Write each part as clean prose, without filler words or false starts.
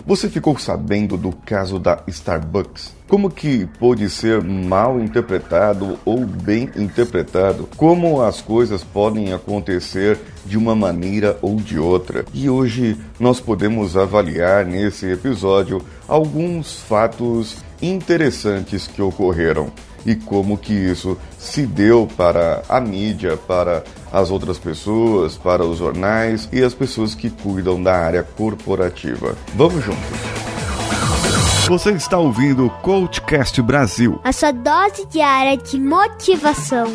Você ficou sabendo do caso da Starbucks? Como que pode ser mal interpretado ou bem interpretado? Como as coisas podem acontecer de uma maneira ou de outra? E hoje nós podemos avaliar nesse episódio alguns fatos interessantes que ocorreram e como que isso se deu para a mídia, para as outras pessoas, para os jornais e as pessoas que cuidam da área corporativa. Vamos juntos! Você está ouvindo o Coachcast Brasil, a sua dose diária de motivação.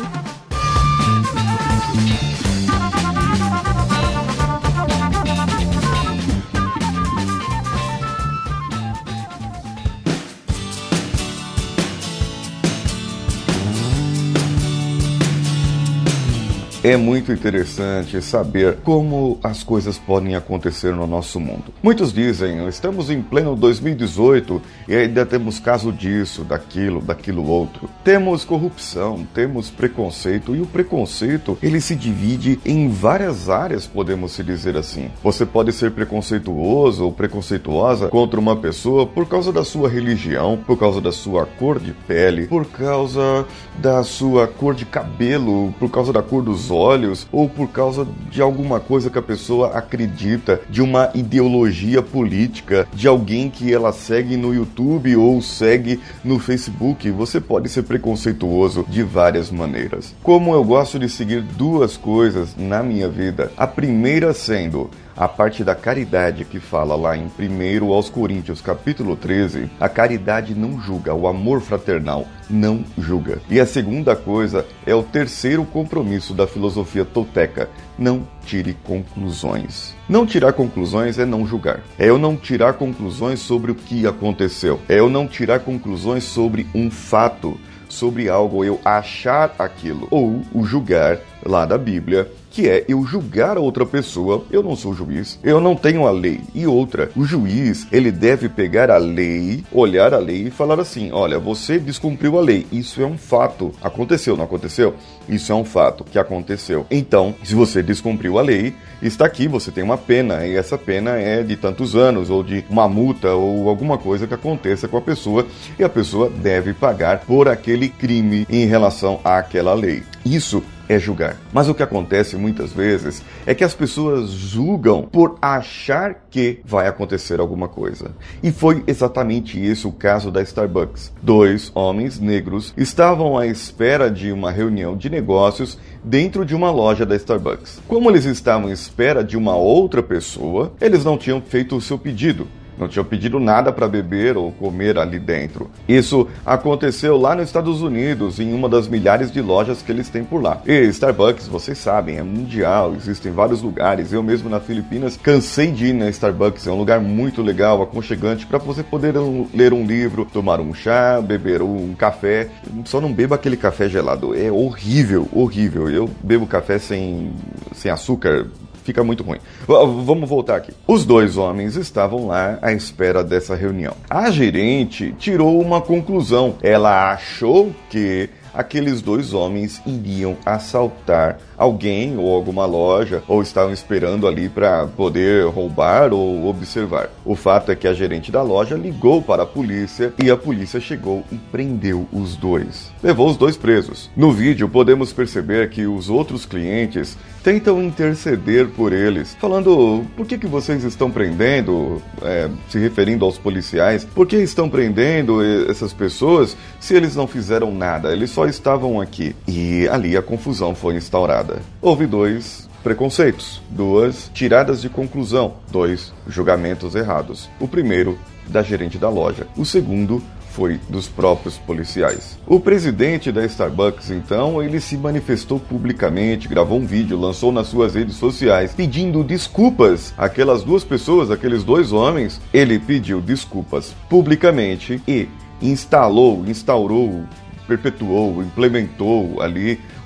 É muito interessante saber como as coisas podem acontecer no nosso mundo. Muitos dizem, estamos em pleno 2018 e ainda temos caso disso, daquilo outro. Temos corrupção, temos preconceito e o preconceito, ele se divide em várias áreas, podemos se dizer assim. Você pode ser preconceituoso ou preconceituosa contra uma pessoa por causa da sua religião, por causa da sua cor de pele, por causa da sua cor de cabelo, por causa da cor dos olhos ou por causa de alguma coisa que a pessoa acredita, de uma ideologia política, de alguém que ela segue no YouTube ou segue no Facebook. Você pode ser preconceituoso de várias maneiras. Como eu gosto de seguir duas coisas na minha vida, a primeira sendo a parte da caridade que fala lá em 1 aos Coríntios, capítulo 13, a caridade não julga, o amor fraternal não julga. E a segunda coisa é o terceiro compromisso da filosofia tolteca, não tire conclusões. Não tirar conclusões é não julgar. É eu não tirar conclusões sobre o que aconteceu. É eu não tirar conclusões sobre um fato, sobre algo, eu achar aquilo. Ou o julgar lá da Bíblia, que é eu julgar a outra pessoa. Eu não sou juiz, eu não tenho a lei. E outra, o juiz, ele deve pegar a lei, olhar a lei e falar assim, olha, você descumpriu a lei, isso é um fato. Aconteceu, não aconteceu? Isso é um fato que aconteceu. Então, se você descumpriu a lei, está aqui, você tem uma pena, e essa pena é de tantos anos, ou de uma multa, ou alguma coisa que aconteça com a pessoa, e a pessoa deve pagar por aquele crime em relação àquela lei. Isso é julgar. Mas o que acontece muitas vezes é que as pessoas julgam por achar que vai acontecer alguma coisa. E foi exatamente esse o caso da Starbucks. 2 homens negros estavam à espera de uma reunião de negócios dentro de uma loja da Starbucks. Como eles estavam à espera de uma outra pessoa, eles não tinham feito o seu pedido. Não tinham pedido nada para beber ou comer ali dentro. Isso aconteceu lá nos Estados Unidos, em uma das milhares de lojas que eles têm por lá. E Starbucks, vocês sabem, é mundial, existem vários lugares. Eu mesmo na Filipinas cansei de ir na Starbucks. É um lugar muito legal, aconchegante, para você poder ler um livro, tomar um chá, beber um café. Só não beba aquele café gelado, é horrível, horrível. Eu bebo café sem açúcar. Fica muito ruim. Vamos voltar aqui. Os 2 homens estavam lá à espera dessa reunião. A gerente tirou uma conclusão. Ela achou que aqueles 2 homens iriam assaltar alguém ou alguma loja, ou estavam esperando ali para poder roubar ou observar. O fato é que a gerente da loja ligou para a polícia e a polícia chegou e prendeu os 2. Levou os 2 presos. No vídeo podemos perceber que os outros clientes tentam interceder por eles, falando, por que vocês estão prendendo, se referindo aos policiais, por que estão prendendo essas pessoas se eles não fizeram nada, eles só estavam aqui. E ali a confusão foi instaurada. Houve 2 preconceitos, 2 tiradas de conclusão, 2 julgamentos errados. O primeiro, da gerente da loja. O segundo foi dos próprios policiais. O presidente da Starbucks, então, ele se manifestou publicamente, gravou um vídeo, lançou nas suas redes sociais, pedindo desculpas àquelas 2 pessoas, aqueles 2 homens. Ele pediu desculpas publicamente e instaurou, perpetuou, implementou ali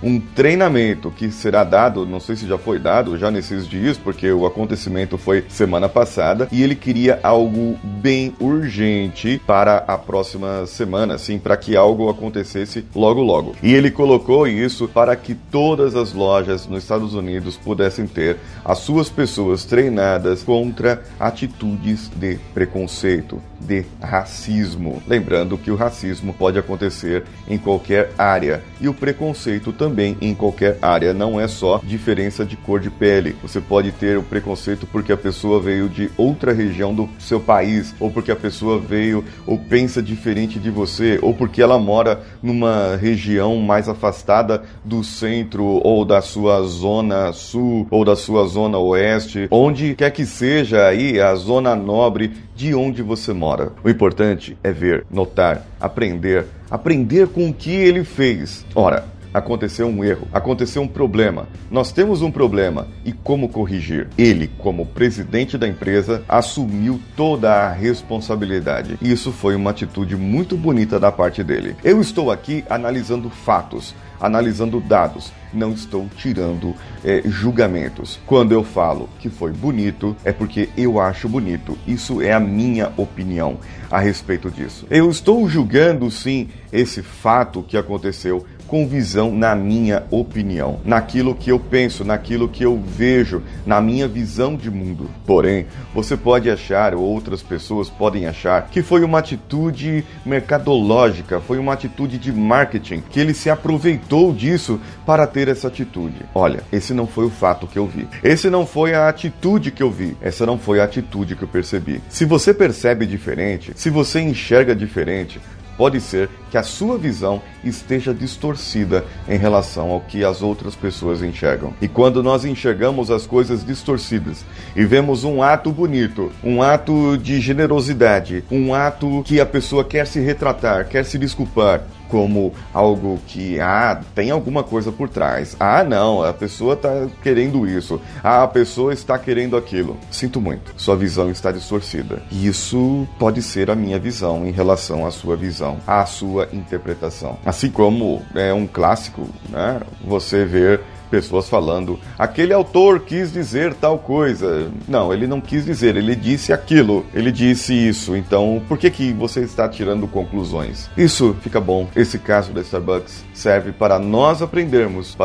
um treinamento que será dado, não sei se já foi dado já nesses dias, porque o acontecimento foi semana passada, e ele queria algo bem urgente para a próxima semana, assim, para que algo acontecesse logo logo. E ele colocou isso para que todas as lojas nos Estados Unidos pudessem ter as suas pessoas treinadas contra atitudes de preconceito, de racismo. Lembrando que o racismo pode acontecer em qualquer área e o preconceito também em qualquer área, não é só diferença de cor de pele. Você pode ter o preconceito porque a pessoa veio de outra região do seu país, ou porque a pessoa veio ou pensa diferente de você, ou porque ela mora numa região mais afastada do centro ou da sua zona sul ou da sua zona oeste, onde quer que seja aí a zona nobre de onde você mora. O importante é ver, notar, aprender com o que ele fez. Ora, aconteceu um erro, aconteceu um problema. Nós temos um problema e como corrigir? Ele, como presidente da empresa, assumiu toda a responsabilidade. Isso foi uma atitude muito bonita da parte dele. Eu estou aqui analisando fatos, analisando dados, não estou tirando julgamentos. Quando eu falo que foi bonito, é porque eu acho bonito. Isso é a minha opinião a respeito disso. Eu estou julgando, sim, esse fato que aconteceu com visão na minha opinião, naquilo que eu penso, naquilo que eu vejo, na minha visão de mundo. Porém, você pode achar, ou outras pessoas podem achar, que foi uma atitude mercadológica, foi uma atitude de marketing, que ele se aproveitou disso para ter essa atitude. Olha, esse não foi o fato que eu vi. Esse não foi a atitude que eu vi. Essa não foi a atitude que eu percebi. Se você percebe diferente, se você enxerga diferente, pode ser que a sua visão esteja distorcida em relação ao que as outras pessoas enxergam. E quando nós enxergamos as coisas distorcidas e vemos um ato bonito, um ato de generosidade, um ato que a pessoa quer se retratar, quer se desculpar, como algo que, tem alguma coisa por trás. Não, a pessoa está querendo isso. A pessoa está querendo aquilo. Sinto muito, sua visão está distorcida. E isso pode ser a minha visão em relação à sua visão, à sua interpretação. Assim como é um clássico, né? Você ver pessoas falando, aquele autor quis dizer tal coisa. Não, ele não quis dizer, ele disse aquilo, ele disse isso. Então, por que você está tirando conclusões? Isso fica bom. Esse caso da Starbucks serve para nós aprendermos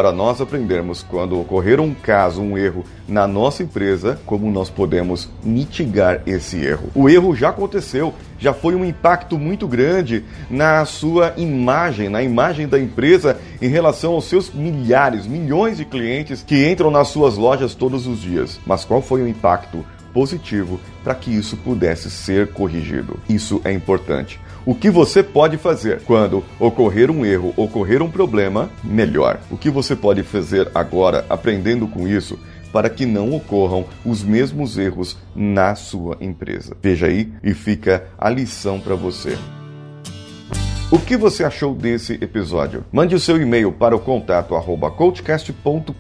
quando ocorrer um caso, um erro na nossa empresa, como nós podemos mitigar esse erro. O erro já aconteceu, já foi um impacto muito grande na sua imagem, na imagem da empresa em relação aos seus milhões de clientes que entram nas suas lojas todos os dias. Mas qual foi o impacto positivo para que isso pudesse ser corrigido? Isso é importante. O que você pode fazer quando ocorrer um erro, ocorrer um problema, melhor. O que você pode fazer agora, aprendendo com isso, para que não ocorram os mesmos erros na sua empresa. Veja aí e fica a lição para você. O que você achou desse episódio? Mande o seu e-mail para o contato @coachcast.com.br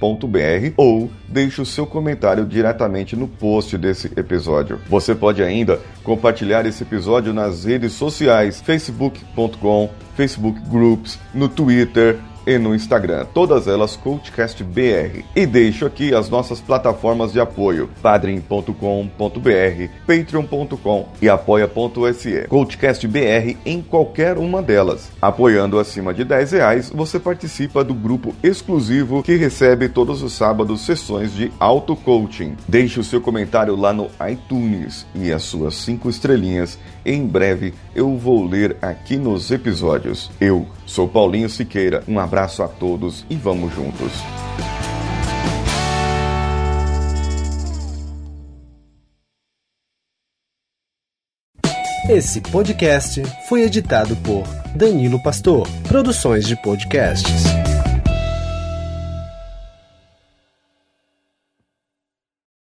ou deixe o seu comentário diretamente no post desse episódio. Você pode ainda compartilhar esse episódio nas redes sociais, facebook.com, Facebook Groups, no Twitter e no Instagram, todas elas CoachCastBR. E deixo aqui as nossas plataformas de apoio, padrim.com.br, patreon.com e apoia.se. CoachCastBR em qualquer uma delas. Apoiando acima de R$10, você participa do grupo exclusivo que recebe todos os sábados sessões de auto-coaching. Deixe o seu comentário lá no iTunes e as suas 5 estrelinhas. Em breve eu vou ler aqui nos episódios. Eu sou Paulinho Siqueira. Um abraço a todos e vamos juntos. Esse podcast foi editado por Danilo Pastor, Produções de Podcasts.